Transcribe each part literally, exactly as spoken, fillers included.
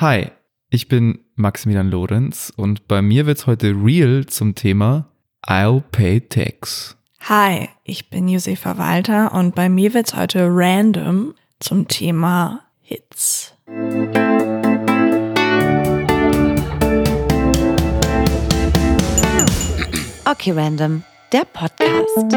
Hi, ich bin Maximilian Lorenz und bei mir wird's heute real zum Thema I'll pay tax. Hi, ich bin Josefa Walter und bei mir wird's heute random zum Thema Hits. Okay, random, der Podcast.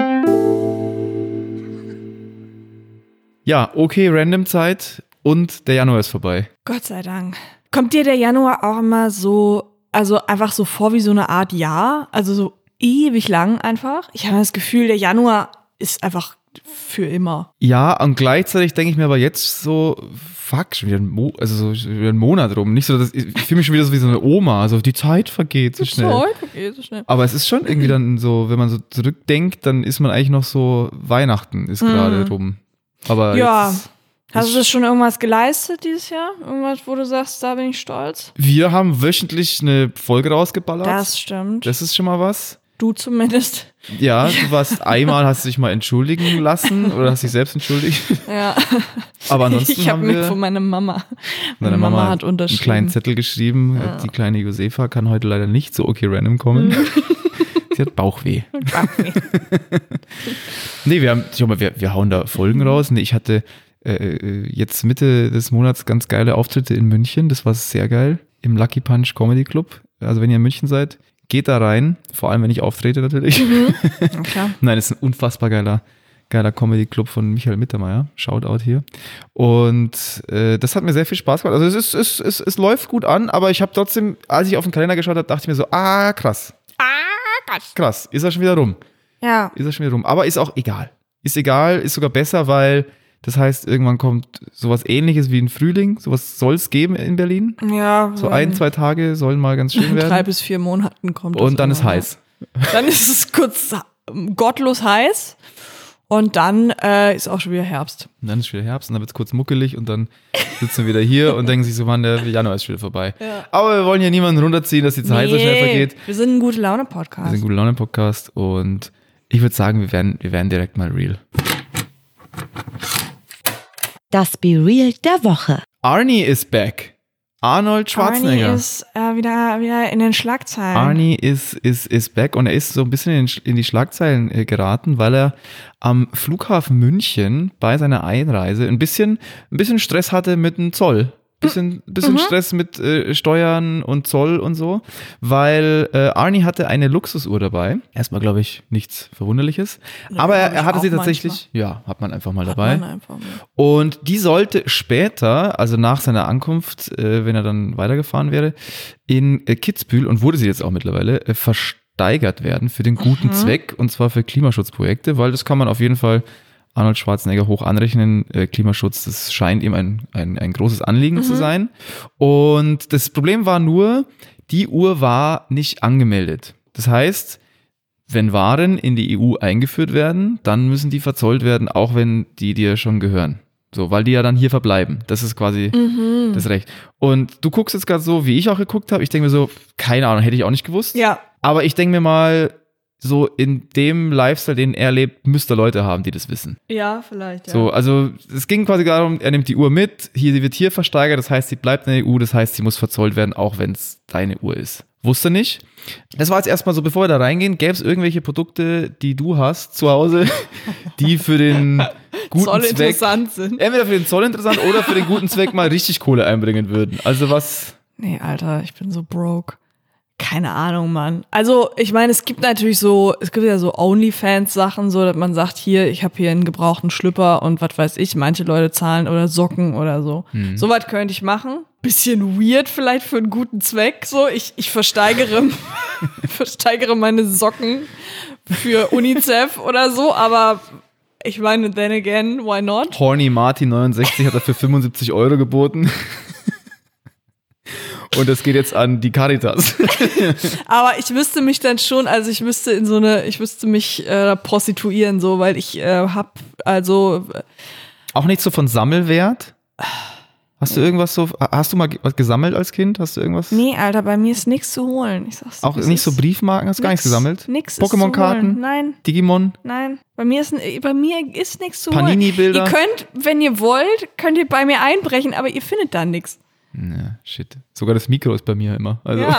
Ja, okay, random Zeit und der Januar ist vorbei. Gott sei Dank. Kommt dir der Januar auch immer so, also einfach so vor wie so eine Art Jahr? Also so ewig lang einfach? Ich habe das Gefühl, der Januar ist einfach für immer. Ja, und gleichzeitig denke ich mir aber jetzt so, fuck, schon wieder ein, Mo- also so schon wieder ein Monat rum. Nicht so, dass ich, ich fühle mich schon wieder so wie so eine Oma. Also die Zeit vergeht so schnell. Die Zeit vergeht so schnell. Aber es ist schon irgendwie dann so, wenn man so zurückdenkt, dann ist man eigentlich noch so, Weihnachten ist gerade rum. Aber Ja. jetzt, Hast du das schon irgendwas geleistet dieses Jahr? Irgendwas, wo du sagst, da bin ich stolz? wir haben wöchentlich eine Folge rausgeballert. Das stimmt. Das ist schon mal was. Du zumindest. Ja, du warst einmal, hast du dich mal entschuldigen lassen oder hast dich selbst entschuldigt. Ja. Aber ansonsten Ich habe haben mir wir von meiner Mama. Meine Mama, Mama hat einen unterschrieben. kleinen Zettel geschrieben. Ja. Die kleine Josefa kann heute leider nicht so okay random kommen. Sie hat Bauchweh. Bauchweh. Nee, wir haben, schau mal, wir, wir hauen da Folgen raus. Nee, ich hatte äh, jetzt Mitte des Monats ganz geile Auftritte in München. Das war sehr geil. Im Lucky Punch Comedy Club. Also wenn ihr in München seid, geht da rein. Vor allem, wenn ich auftrete natürlich. Mhm. Okay. Nein, es ist ein unfassbar geiler, geiler Comedy Club von Michael Mittermeier. Shoutout hier. Und äh, das hat mir sehr viel Spaß gemacht. Also es, ist, es, es, es läuft gut an, aber ich habe trotzdem, als ich auf den Kalender geschaut habe, dachte ich mir so, ah, krass. Ah, krass. Krass, ist er schon wieder rum. Ja. Ist er schon wieder rum. Aber ist auch egal. Ist egal, ist sogar besser, weil das heißt, irgendwann kommt sowas Ähnliches wie ein Frühling. Sowas soll es geben in Berlin. Ja. So ein, zwei Tage sollen mal ganz schön in werden. drei bis vier Monaten kommt Und das dann ist immer, heiß. Ja. Dann ist es kurz gottlos heiß und dann äh, ist auch schon wieder Herbst. Und dann ist wieder Herbst und dann wird es kurz muckelig und dann sitzen wir wieder hier und denken sich so, Mann, der Januar ist schon wieder vorbei. Ja. Aber wir wollen hier niemanden runterziehen, dass die Zeit so schnell vergeht. Wir sind ein gute Wir Laune-Podcast. sind ein gute Laune-Podcast und ich würde sagen, wir werden, wir werden direkt mal real. Das Be Real der Woche. Arnie is back. Arnold Schwarzenegger. Arnie ist äh, wieder, wieder in den Schlagzeilen. Arnie ist, ist, ist back und er ist so ein bisschen in, in die Schlagzeilen äh, geraten, weil er am Flughafen München bei seiner Einreise ein bisschen, ein bisschen Stress hatte mit dem Zoll. Bisschen, bisschen Mhm. Stress mit äh, Steuern und Zoll und so, weil äh, Arnie hatte eine Luxusuhr dabei. Erstmal, glaube ich, nichts Verwunderliches. Ja, aber er, hab ich er hatte auch sie tatsächlich, ja, hat man einfach mal Hat dabei. man einfach mal. Und die sollte später, also nach seiner Ankunft, äh, wenn er dann weitergefahren wäre, in äh, Kitzbühel, und wurde sie jetzt auch mittlerweile, äh, versteigert werden für den guten Mhm. Zweck, und zwar für Klimaschutzprojekte, weil das kann man auf jeden Fall Arnold Schwarzenegger hoch anrechnen. Äh, Klimaschutz, das scheint ihm ein, ein, ein großes Anliegen Mhm. zu sein. Und das Problem war nur, die Uhr war nicht angemeldet. Das heißt, wenn Waren in die E U eingeführt werden, dann müssen die verzollt werden, auch wenn die dir schon gehören. So, weil die ja dann hier verbleiben. Das ist quasi Mhm. das Recht. Und du guckst jetzt gerade so, wie ich auch geguckt habe. Ich denke mir so, keine Ahnung, hätte ich auch nicht gewusst. Ja. Aber ich denke mir mal, so in dem Lifestyle, den er lebt, müsste er Leute haben, die das wissen. Ja, vielleicht, ja. So, also es ging quasi darum, er nimmt die Uhr mit, hier, sie wird hier versteigert, das heißt, sie bleibt in der E U, das heißt, sie muss verzollt werden, auch wenn es deine Uhr ist. Wusste nicht. Das war jetzt erstmal so, bevor wir da reingehen, gäbe es irgendwelche Produkte, die du hast zu Hause, die für den guten Zoll Zweck, interessant sind. entweder für den Zoll interessant oder für den guten Zweck mal richtig Kohle einbringen würden. Also was... Nee, Alter, ich bin so broke. Keine Ahnung, Mann. Also, ich meine, es gibt natürlich so, es gibt ja so OnlyFans-Sachen, so, dass man sagt, hier, ich habe hier einen gebrauchten Schlüpper und was weiß ich, manche Leute zahlen oder Socken oder so. Hm. So was könnte ich machen. Bisschen weird vielleicht für einen guten Zweck, so. Ich, ich versteigere, versteigere meine Socken für UNICEF oder so, aber ich meine, then again, why not? Horny Martin neunundsechzig hat dafür fünfundsiebzig Euro geboten. Und das geht jetzt an die Caritas. Aber ich müsste mich dann schon, also ich müsste in so eine, ich müsste mich äh, prostituieren, so, weil ich äh, hab, also. Auch nicht so von Sammelwert? Hast du irgendwas so, hast du mal was gesammelt als Kind? Hast du irgendwas? Nee, Alter, bei mir ist nichts zu holen. Ich sag's dir, Auch wie es nicht so ist. Briefmarken? Hast du gar nichts gesammelt? Nix Pokémon-Karten? ist zu holen. Nein, Digimon? nein. Bei mir ist, n- bei mir ist nichts zu holen. Panini-Bilder? Ihr könnt, wenn ihr wollt, könnt ihr bei mir einbrechen, aber ihr findet da nichts. Ja, shit. Sogar das Mikro ist bei mir immer. Also. Ja.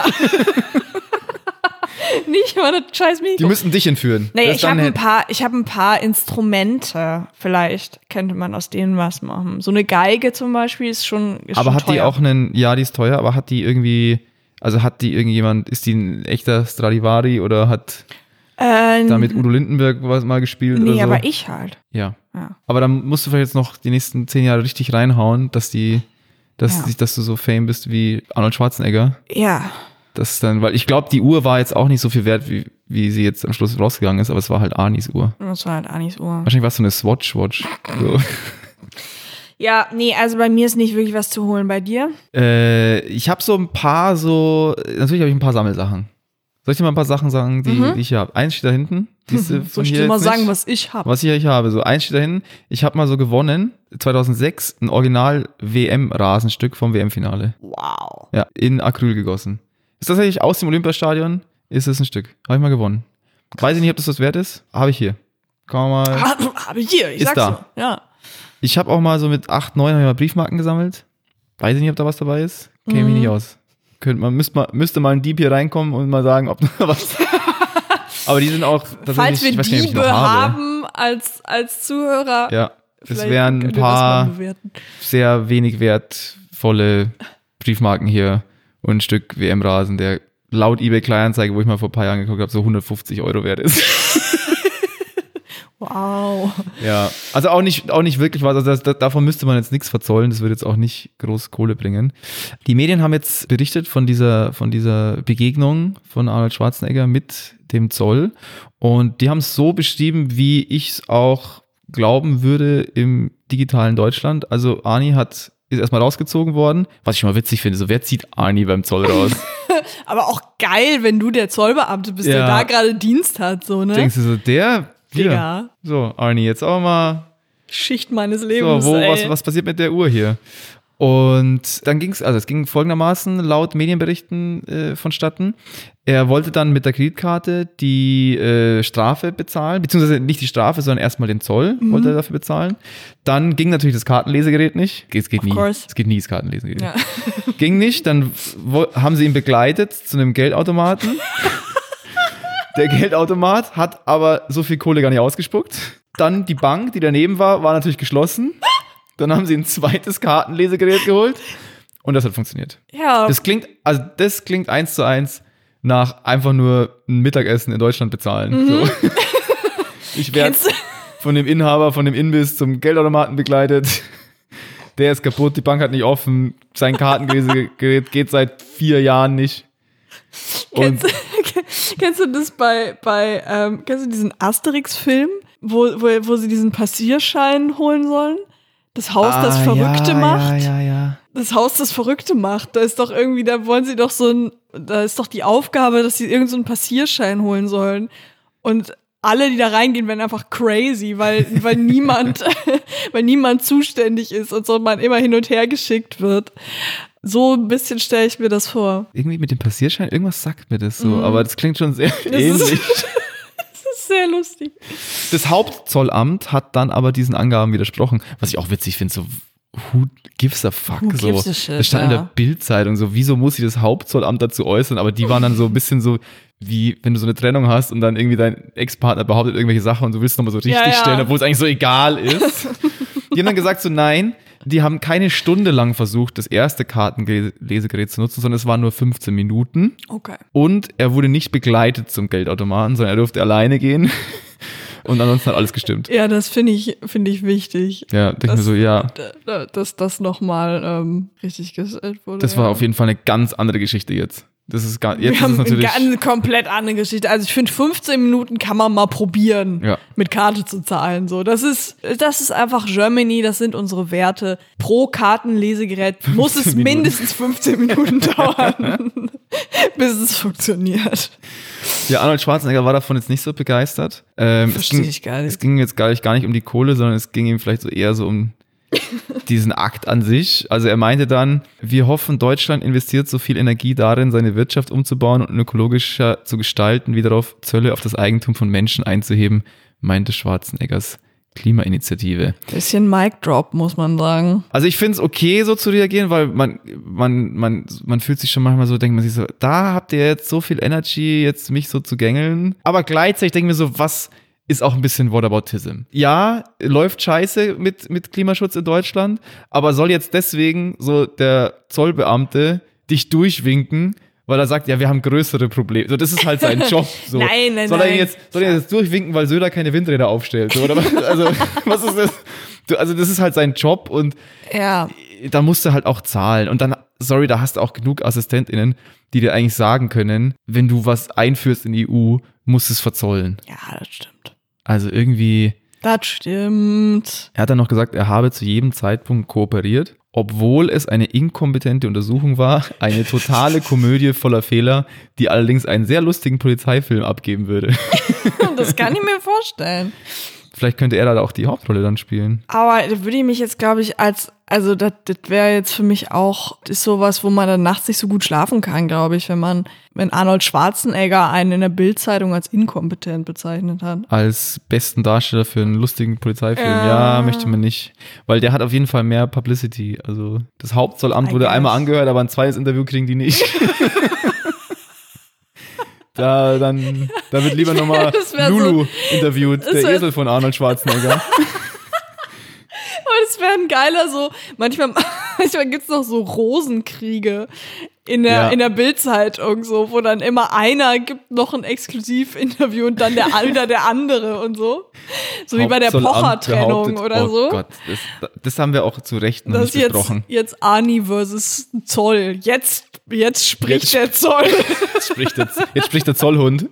Nicht mal das scheiß Mikro. Die müssten dich entführen. Nee, Das ich dann habe ein hätt- paar, ich habe ein paar Instrumente. Vielleicht könnte man aus denen was machen. So eine Geige zum Beispiel ist schon ist Aber schon hat die teuer. auch einen, ja, die ist teuer, aber hat die irgendwie, also hat die irgendjemand, ist die ein echter Stradivari oder hat Äh, da mit Udo Lindenberg was mal gespielt nee, oder so? aber ich halt. Ja. Ja. Aber dann musst du vielleicht jetzt noch die nächsten zehn Jahre richtig reinhauen, dass die, dass, Ja. die- dass du so fame bist wie Arnold Schwarzenegger. Ja. Das ist dann, weil ich glaube, die Uhr war jetzt auch nicht so viel wert, wie, wie sie jetzt am Schluss rausgegangen ist, aber es war halt Arnis Uhr. Das war halt Anis Uhr. Wahrscheinlich war es so eine Swatch-Watch. So. Ja, nee, also bei mir ist nicht wirklich was zu holen. Bei dir? äh, ich habe so ein paar so, natürlich habe ich ein paar Sammelsachen. Soll ich dir mal ein paar Sachen sagen, die, die ich hier habe? Eins steht da hinten. Siehst du, Soll von ich hier dir mal jetzt sagen, nicht? was ich habe? Was ich hier habe. So, eins steht da hinten. Ich habe mal so gewonnen, zweitausendsechs, ein Original-W M-Rasenstück vom W M-Finale. Wow. Ja, in Acryl gegossen. Ist tatsächlich aus dem Olympiastadion, ist es ein Stück. Habe ich mal gewonnen. Weiß ich nicht, ob das was wert ist. Habe ich hier. Kann man mal. Habe ich hier, ich Ist sag's da. so. Ja. Ich habe auch mal so mit acht, neun habe ich mal Briefmarken gesammelt. Weiß ich nicht, ob da was dabei ist. Kenne Mhm. mich nicht aus. Könnte man, müsste mal, müsste mal ein Dieb hier reinkommen und mal sagen, ob da was. Aber die sind auch tatsächlich, Falls wir ich weiß gar nicht, ob ich Diebe noch habe. haben als, als Zuhörer, Ja, es vielleicht wären ein könnt ihr das mal paar bewerten. sehr wenig wertvolle Briefmarken hier und ein Stück W M-Rasen, der laut eBay Kleinanzeige, wo ich mal vor ein paar Jahren geguckt habe, so hundertfünfzig Euro wert ist. Wow. Ja, also auch nicht, auch nicht wirklich was. Also das, das, davon müsste man jetzt nichts verzollen. Das würde jetzt auch nicht groß Kohle bringen. Die Medien haben jetzt berichtet von dieser, von dieser Begegnung von Arnold Schwarzenegger mit dem Zoll. Und die haben es so beschrieben, wie ich es auch glauben würde im digitalen Deutschland. Also Arnie hat, ist erstmal rausgezogen worden. Was ich mal witzig finde, so wer zieht Arnie beim Zoll raus? Aber auch geil, wenn du der Zollbeamte bist, der Ja. da gerade Dienst hat, so, ne? Denkst du so, der? Hier. Digga. So, Arnie, jetzt auch mal. Schicht meines So, Lebens, wo, ey. was, was passiert mit der Uhr hier? Und dann ging es, also es ging folgendermaßen laut Medienberichten äh, vonstatten. Er wollte dann mit der Kreditkarte die äh, Strafe bezahlen, beziehungsweise nicht die Strafe, sondern erstmal den Zoll Mhm. wollte er dafür bezahlen. Dann ging natürlich das Kartenlesegerät nicht. Es geht Of nie. course. Es geht nie, das Kartenlesegerät. Ja. Ging nicht, dann wo, haben sie ihn begleitet zu einem Geldautomaten. Der Geldautomat hat aber so viel Kohle gar nicht ausgespuckt. Dann die Bank, die daneben war, war natürlich geschlossen. Dann haben sie ein zweites Kartenlesegerät geholt und das hat funktioniert. Ja, Das klingt, also das klingt eins zu eins nach einfach nur ein Mittagessen in Deutschland bezahlen. So. Ich werde kennst du, von dem Inhaber, von dem Imbiss zum Geldautomaten begleitet. Der ist kaputt, die Bank hat nicht offen, sein Kartenlesegerät geht seit vier Jahren nicht. Und kennst, du, kennst du das bei, bei ähm, kennst du diesen Asterix-Film, wo, wo, wo sie diesen Passierschein holen sollen? Das Haus, das Ah, Verrückte ja, macht. Ja, ja, ja. Das Haus, das Verrückte macht. Da ist doch irgendwie, da wollen sie doch so ein, da ist doch die Aufgabe, dass sie irgend so einen Passierschein holen sollen. Und alle, die da reingehen, werden einfach crazy, weil, weil niemand, weil niemand zuständig ist und so man immer hin und her geschickt wird. So ein bisschen stelle ich mir das vor. Irgendwie mit dem Passierschein, irgendwas sagt mir das so, Mhm. aber das klingt schon sehr Das ähnlich. ist, das ist sehr lustig. Das Hauptzollamt hat dann aber diesen Angaben widersprochen, was ich auch witzig finde, so who gives a fuck? Who so. gives a shit, das stand in ja. der Bildzeitung so, wieso muss sich das Hauptzollamt dazu äußern? Aber die waren dann so ein bisschen so, wie wenn du so eine Trennung hast und dann irgendwie dein Ex-Partner behauptet irgendwelche Sachen und du willst nochmal so richtig Ja, ja. stellen, obwohl es eigentlich so egal ist. Die haben dann gesagt so, nein, die haben keine Stunde lang versucht, das erste Kartenlesegerät zu nutzen, sondern es waren nur fünfzehn Minuten. Okay. Und er wurde nicht begleitet zum Geldautomaten, sondern er durfte alleine gehen. Und ansonsten hat alles gestimmt. Ja, das finde ich, finde ich wichtig, Ja, denke mir Das- so, ja, d- d- dass das nochmal ähm, richtig gestellt wurde. das ja. war auf jeden Fall eine ganz andere Geschichte jetzt. Das ist gar, Wir jetzt ist haben es eine natürlich. ganz komplett andere Geschichte. Also ich finde, fünfzehn Minuten kann man mal probieren, Ja. mit Karte zu zahlen. So, das ist, das ist einfach Germany, das sind unsere Werte. Pro Kartenlesegerät muss es Minuten. mindestens fünfzehn Minuten dauern, bis es funktioniert. Ja, Arnold Schwarzenegger war davon jetzt nicht so begeistert. Ähm, es Verstehe ging, ich gar nicht. Es ging jetzt gar nicht, gar nicht um die Kohle, sondern es ging ihm vielleicht so eher so um diesen Akt an sich. Also er meinte dann, wir hoffen, Deutschland investiert so viel Energie darin, seine Wirtschaft umzubauen und ökologischer zu gestalten, wie darauf Zölle auf das Eigentum von Menschen einzuheben, meinte Schwarzeneggers Klimainitiative. Bisschen Mic Drop, muss man sagen. Also ich finde es okay, so zu reagieren, weil man, man, man, man fühlt sich schon manchmal so, denkt man sich so, da habt ihr jetzt so viel Energy, jetzt mich so zu gängeln. Aber gleichzeitig denke ich mir so, was ist auch ein bisschen Whataboutism. Ja, läuft scheiße mit, mit Klimaschutz in Deutschland, aber soll jetzt deswegen so der Zollbeamte dich durchwinken, weil er sagt, ja, wir haben größere Probleme. So, das ist halt sein Job. So. Nein, nein, soll er ihn nein. jetzt, soll er jetzt durchwinken, weil Söder keine Windräder aufstellt? So, oder was? Also, was ist das? Du, also, das ist halt sein Job und Ja. da musst du halt auch zahlen. Und dann, sorry, da hast du auch genug AssistentInnen, die dir eigentlich sagen können, wenn du was einführst in die E U, musst du es verzollen. Ja, das stimmt. Also irgendwie, Das stimmt. er hat dann noch gesagt, er habe zu jedem Zeitpunkt kooperiert, obwohl es eine inkompetente Untersuchung war, eine totale Komödie voller Fehler, die allerdings einen sehr lustigen Polizeifilm abgeben würde. Das kann ich mir vorstellen. Vielleicht könnte er da auch die Hauptrolle dann spielen. Aber da würde ich mich jetzt, glaube ich, als, also das, das wäre jetzt für mich auch, das ist sowas, wo man dann nachts nicht so gut schlafen kann, glaube ich, wenn man, wenn Arnold Schwarzenegger einen in der Bild-Zeitung als inkompetent bezeichnet hat. Als besten Darsteller für einen lustigen Polizeifilm. Ja. Ja, möchte man nicht. Weil der hat auf jeden Fall mehr Publicity. Also das Hauptzollamt I wurde guess. einmal angehört, aber ein zweites Interview kriegen die nicht. Da, dann, da wird lieber nochmal Das wär Lulu interviewt, das der wär- Esel von Arnold Schwarzenegger. Aber das wäre ein geiler so, manchmal, manchmal gibt's noch so Rosenkriege in der, Ja. in der Bildzeitung so, wo dann immer einer gibt noch ein Exklusivinterview und dann der wieder der andere und so. So wie bei der Hauptzollamt Pocher-Trennung behauptet- oder oh so. Gott, das, das haben wir auch zu Recht noch Das ist nicht jetzt, besprochen. jetzt Arnie versus Zoll. Jetzt, jetzt spricht Jetzt- der Zoll. Jetzt spricht der, jetzt spricht der Zollhund.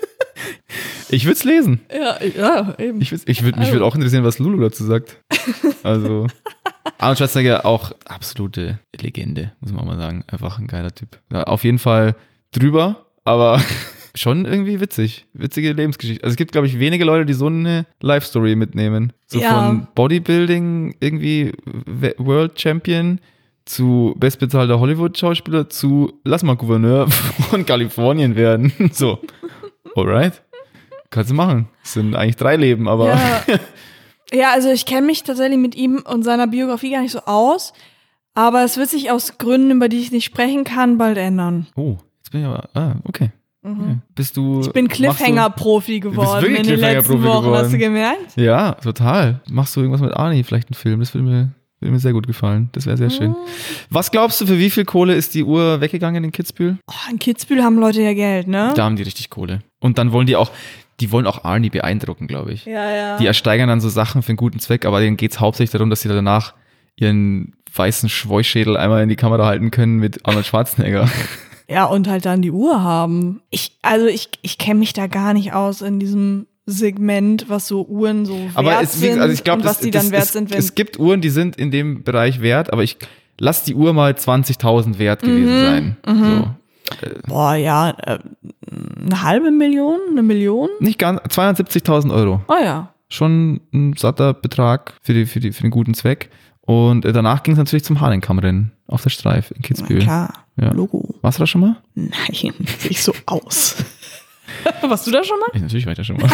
Ich würde es lesen. ja, ja, eben. Ich würd, ich würd, mich würde auch interessieren, was Lulu dazu sagt. Also, Arnold Schwarzenegger auch absolute Legende, muss man auch mal sagen. Einfach ein geiler Typ. Ja, auf jeden Fall drüber, aber schon irgendwie witzig. Witzige Lebensgeschichte. Also es gibt, glaube ich, wenige Leute, die so eine Life-Story mitnehmen. So Ja. von Bodybuilding, irgendwie We- World Champion zu bestbezahlter Hollywood-Schauspieler zu lass mal Gouverneur von Kalifornien werden. So, alright. Kannst du machen. Das sind eigentlich drei Leben, aber Ja. Ja, also ich kenne mich tatsächlich mit ihm und seiner Biografie gar nicht so aus, aber es wird sich aus Gründen, über die ich nicht sprechen kann, bald ändern. oh, jetzt bin ich aber, ah, okay. okay. Bist du, Ich bin machst Cliffhanger-Profi geworden wirklich in den letzten Cliffhanger-Profi Wochen, geworden. hast du gemerkt? Du, ja, total. Machst du irgendwas mit Arnie, vielleicht einen Film? Das würde mir, würde mir sehr gut gefallen. Das wäre sehr schön. Was glaubst du, für wie viel Kohle ist die Uhr weggegangen in Kitzbühel? Oh, in Kitzbühel haben Leute ja Geld, ne? Da haben die richtig Kohle. Und dann wollen die auch, die wollen auch Arnie beeindrucken, glaube ich. Ja, ja. Die ersteigern dann so Sachen für einen guten Zweck, aber denen geht es hauptsächlich darum, dass sie danach ihren weißen Schweißschädel einmal in die Kamera halten können mit Arnold Schwarzenegger. Ja, und halt dann die Uhr haben. Ich, also ich, ich kenne mich da gar nicht aus in diesem Segment, was so Uhren so wert Aber es, wie, sind also ich glaube, und was das, die das, dann wert es, sind, wenn es gibt Uhren, die sind in dem Bereich wert, aber ich lass die Uhr mal zwanzigtausend wert gewesen Mhm, sein. So. boah, ja, äh, eine halbe Million, eine Million? Nicht ganz, zweihundertsiebzigtausend Euro. Oh ja. Schon ein satter Betrag für, die, für, die, für den guten Zweck. Und äh, danach ging es natürlich zum Hahnenkammrennen auf der Streif in Na Kitzbühel. klar, Ja. Logo. Warst du da schon mal? Nein, sehe ich so aus. Warst du da schon mal? Ich, natürlich war ich da schon mal.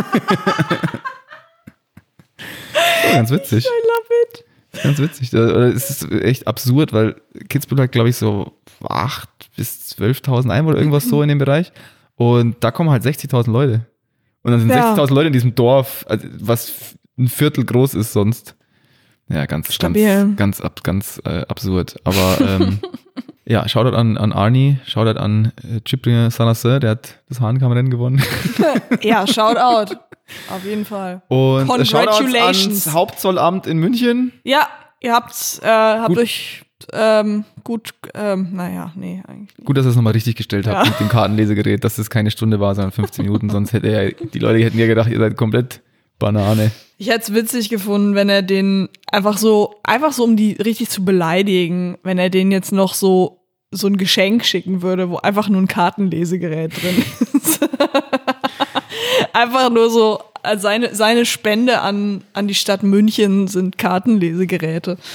So, ganz witzig. I love it. Ganz witzig. Da- oder Es ist echt absurd, weil Kitzbühel hat, glaube ich, so acht bis zwölftausend Einwohner, irgendwas so in dem Bereich. Und da kommen halt sechzigtausend Leute. Und dann sind Ja. sechzigtausend Leute in diesem Dorf, also was f- ein Viertel groß ist sonst. Ja, ganz, Stabil. ganz, ganz, ab, ganz äh, absurd. Aber ähm, ja, Shoutout an, an Arnie, Shoutout an äh, Cyprien Sanasser, der hat das Hahnenkammrennen gewonnen. Ja, shout out. Auf jeden Fall. Und äh, Shoutouts Congratulations. ans Hauptzollamt in München. Ja, ihr habt, äh, habt Gut. euch ähm, gut, ähm, naja, nee, eigentlich nicht. Gut, dass ihr es nochmal richtig gestellt habt Ja. mit dem Kartenlesegerät, dass das keine Stunde war, sondern fünfzehn Minuten. Sonst hätte er, die Leute hätten ja gedacht, ihr seid komplett Banane. Ich hätte es witzig gefunden, wenn er den einfach so, einfach so, um die richtig zu beleidigen, wenn er den jetzt noch so, so ein Geschenk schicken würde, wo einfach nur ein Kartenlesegerät drin ist. Einfach nur so, also seine, seine Spende an, an die Stadt München sind Kartenlesegeräte.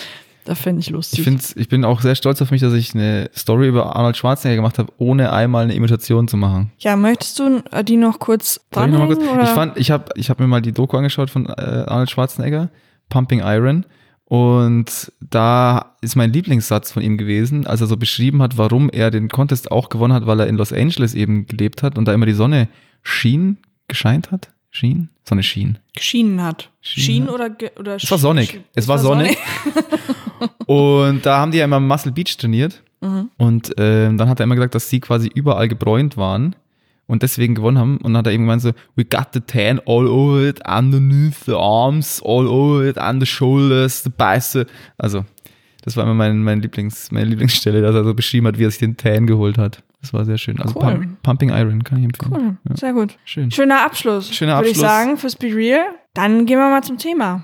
Da finde ich lustig. Ich, find's, ich bin auch sehr stolz auf mich, dass ich eine Story über Arnold Schwarzenegger gemacht habe, ohne einmal eine Imitation zu machen. Ja, möchtest du die noch kurz Soll ich noch mal kurz? dranhängen, oder? Ich fand, ich habe ich hab mir mal die Doku angeschaut von äh, Arnold Schwarzenegger, Pumping Iron. Und da ist mein Lieblingssatz von ihm gewesen, als er so beschrieben hat, warum er den Contest auch gewonnen hat, weil er in Los Angeles eben gelebt hat und da immer die Sonne schien, gescheint hat. Schien? Sonne schien. Geschienen hat. Schien Schien hat. oder, ge- oder Es war sonnig. sch- Es war sonnig. Und da haben die ja immer Muscle Beach trainiert. Mhm. Und ähm, dann hat er immer gesagt, dass sie quasi überall gebräunt waren und deswegen gewonnen haben. Und dann hat er eben gemeint so, we got the tan all over it, underneath the arms, all over it, on the shoulders, the bicep. Also, das war immer mein, mein Lieblings, meine Lieblingsstelle, dass er so beschrieben hat, wie er sich den Tan geholt hat. Das war sehr schön. Also Cool. Pump, Pumping Iron kann ich empfehlen. Cool, Ja. sehr gut. Schön. Schöner Abschluss, Schöner würde ich Abschluss. sagen, fürs Be Real. Dann gehen wir mal zum Thema.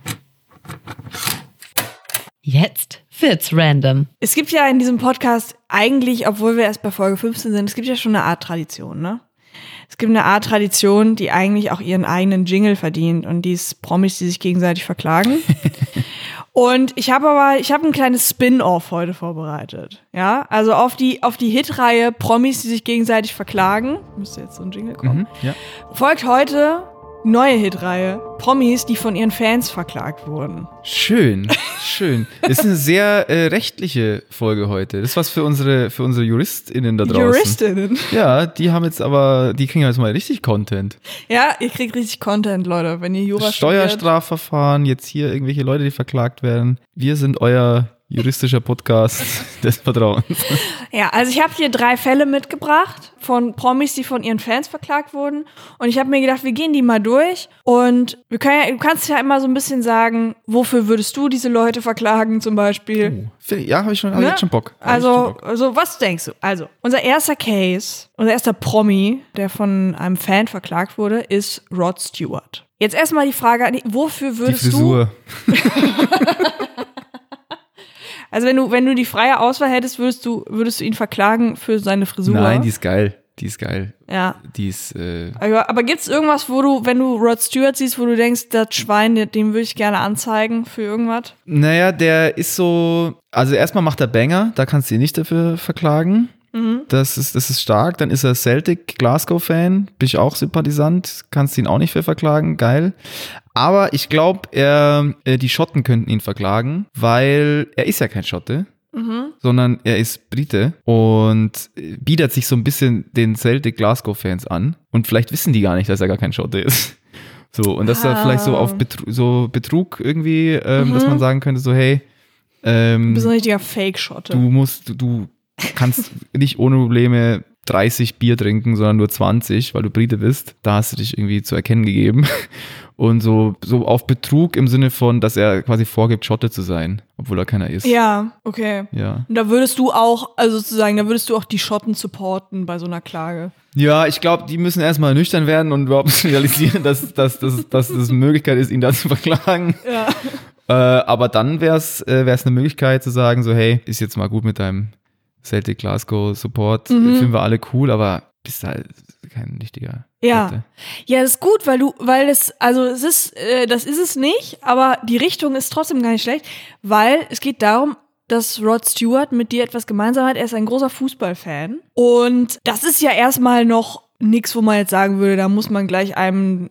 Jetzt wird's random. Es gibt ja in diesem Podcast eigentlich, obwohl wir erst bei Folge fünfzehn sind, es gibt ja schon eine Art Tradition, ne? Es gibt eine Art Tradition, die eigentlich auch ihren eigenen Jingle verdient und die ist Promis, die sich gegenseitig verklagen. Und ich habe aber, ich habe ein kleines Spin-off heute vorbereitet. Ja, also auf die, auf die Hitreihe Promis, die sich gegenseitig verklagen. Müsste jetzt so ein Jingle kommen. Mhm, ja. Folgt heute neue Hitreihe Promis, die von ihren Fans verklagt wurden. Schön, schön. Ist eine sehr äh, rechtliche Folge heute. Das ist was für unsere, für unsere JuristInnen da draußen. Juristinnen. Ja, die haben jetzt aber, die kriegen jetzt mal richtig Content. Ja, ihr kriegt richtig Content, Leute, wenn ihr Jura studiert. Steuerstrafverfahren, jetzt hier irgendwelche Leute, die verklagt werden. Wir sind euer juristischer Podcast des Vertrauens. Ja, also ich habe hier drei Fälle mitgebracht von Promis, die von ihren Fans verklagt wurden. Und ich habe mir gedacht, wir gehen die mal durch. Und wir können ja, du kannst ja immer so ein bisschen sagen, wofür würdest du diese Leute verklagen zum Beispiel? Ja, habe ich schon, hab ich Ne? jetzt schon Bock. Hab ich Also, schon Bock. also, was denkst du? Also, unser erster Case, unser erster Promi, der von einem Fan verklagt wurde, ist Rod Stewart. Jetzt erstmal die Frage, an dich, wofür Die würdest du, Frisur. also wenn du, wenn du die freie Auswahl hättest, würdest du, würdest du ihn verklagen für seine Frisur? Nein, die ist geil. Die ist geil. Ja. Die ist, äh, Aber, aber gibt's irgendwas, wo du, wenn du Rod Stewart siehst, wo du denkst, das Schwein, den, den würde ich gerne anzeigen für irgendwas? naja, der ist so, also erstmal macht er Banger, da kannst du ihn nicht dafür verklagen. Mhm. Das ist, das ist stark. Dann ist er Celtic Glasgow-Fan, bin ich auch Sympathisant, kannst ihn auch nicht für verklagen, geil. Aber ich glaube, er, äh, die Schotten könnten ihn verklagen, weil er ist ja kein Schotte, Mhm. sondern er ist Brite und äh, bietet sich so ein bisschen den Celtic Glasgow-Fans an. Und vielleicht wissen die gar nicht, dass er gar kein Schotte ist. So, und das ist Ah. dann vielleicht so auf Betrug, so Betrug irgendwie, ähm, Mhm. dass man sagen könnte, so hey, ähm, Du bist ein richtiger Fake-Schotte. du musst, du, du kannst nicht ohne Probleme dreißig Bier trinken, sondern nur zwanzig, weil du Brite bist. Da hast du dich irgendwie zu erkennen gegeben. Und so, so auf Betrug im Sinne von, dass er quasi vorgibt, Schotte zu sein, obwohl er keiner ist. Ja, okay. Ja, Und da würdest du auch, also sozusagen, da würdest du auch die Schotten supporten bei so einer Klage. ja ich glaube, die müssen erstmal nüchtern werden und überhaupt realisieren, dass, dass, dass, dass es eine Möglichkeit ist, ihn da zu verklagen. Ja. Äh, aber dann wäre es äh, wär's eine Möglichkeit zu sagen, so hey, ist jetzt mal gut mit deinem Celtic Glasgow Support, Mhm. finden wir alle cool, aber bist halt kein richtiger Ja. Schotte. Ja, das ist gut, weil du, weil es, also es ist, äh, das ist es nicht, aber die Richtung ist trotzdem gar nicht schlecht, weil es geht darum, dass Rod Stewart mit dir etwas gemeinsam hat. Er ist ein großer Fußballfan und das ist ja erstmal noch nix, wo man jetzt sagen würde, da muss man gleich einem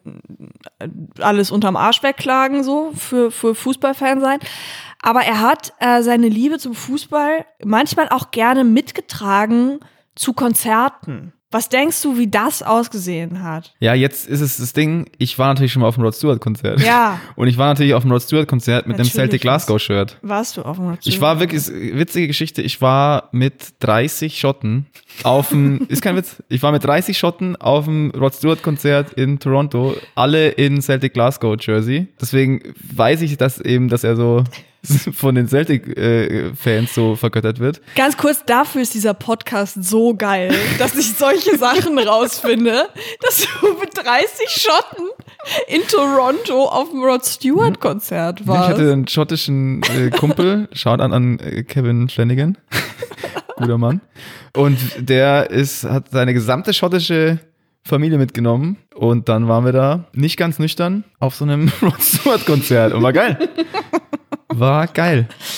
alles unterm Arsch wegklagen, so für, für Fußballfan sein. Aber er hat äh, seine Liebe zum Fußball manchmal auch gerne mitgetragen zu Konzerten. Was denkst du, wie das ausgesehen hat? Ja, jetzt ist es das Ding, ich war natürlich schon mal auf dem Rod Stewart Konzert. Ja. Und ich war natürlich auf dem Rod Stewart Konzert mit Natürlich dem Celtic was. Glasgow Shirt. Warst du auf dem Rod Ich Stewart? war wirklich, witzige Geschichte, ich war mit dreißig Schotten auf dem, ist kein Witz, ich war mit dreißig Schotten auf dem Rod Stewart Konzert in Toronto, alle in Celtic Glasgow Jersey. Deswegen weiß ich, dass eben, dass er so von den Celtic-Fans so vergöttert wird. Ganz kurz, dafür ist dieser Podcast so geil, dass ich solche Sachen rausfinde, dass du mit dreißig Schotten in Toronto auf dem Rod Stewart Konzert Ich warst. hatte einen schottischen äh, Kumpel, schaut an an äh, Kevin Flanagan, guter Mann. Und der ist, hat seine gesamte schottische Familie mitgenommen und dann waren wir da nicht ganz nüchtern auf so einem Rod Stewart Konzert und war geil. War geil.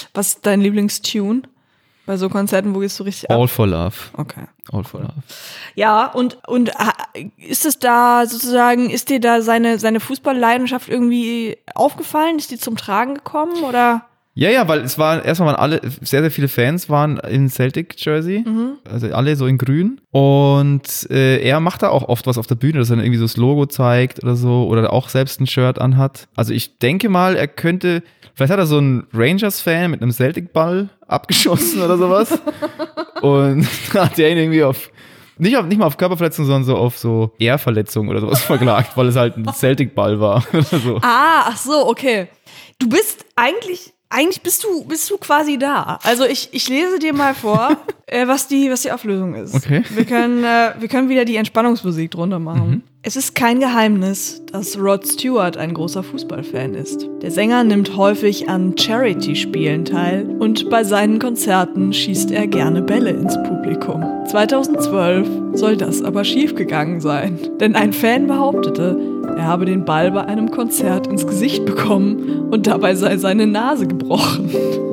Was ist dein Lieblingstune? Bei so Konzerten, wo gehst du richtig ab? All for Love. Okay. All for Love. Ja, und, und ist es da sozusagen, ist dir da seine, seine Fußballleidenschaft irgendwie aufgefallen? Ist die zum Tragen gekommen oder? Ja, ja, weil es waren, erstmal waren alle, sehr, sehr viele Fans waren in Celtic-Jersey, mhm. also alle so in grün. Und äh, er macht da auch oft was auf der Bühne, dass er dann irgendwie so das Logo zeigt oder so, oder auch selbst ein Shirt anhat. Also ich denke mal, er könnte, vielleicht hat er so einen Rangers-Fan mit einem Celtic-Ball abgeschossen oder sowas. Und hat der ihn irgendwie auf, nicht, auf, nicht mal auf Körperverletzung, sondern so auf so Ehrverletzung oder sowas verklagt, weil es halt ein Celtic-Ball war oder so. Ah, ach so, okay. Du bist eigentlich... Eigentlich bist du, bist du quasi da. Also ich, ich lese dir mal vor, äh, was die, was die Auflösung ist. Okay. Wir können, äh, wir können wieder die Entspannungsmusik drunter machen. Mhm. Es ist kein Geheimnis, dass Rod Stewart ein großer Fußballfan ist. Der Sänger nimmt häufig an Charity-Spielen teil und bei seinen Konzerten schießt er gerne Bälle ins Publikum. zweitausendzwölf soll das aber schiefgegangen sein, denn ein Fan behauptete, er habe den Ball bei einem Konzert ins Gesicht bekommen und dabei sei seine Nase gebrochen.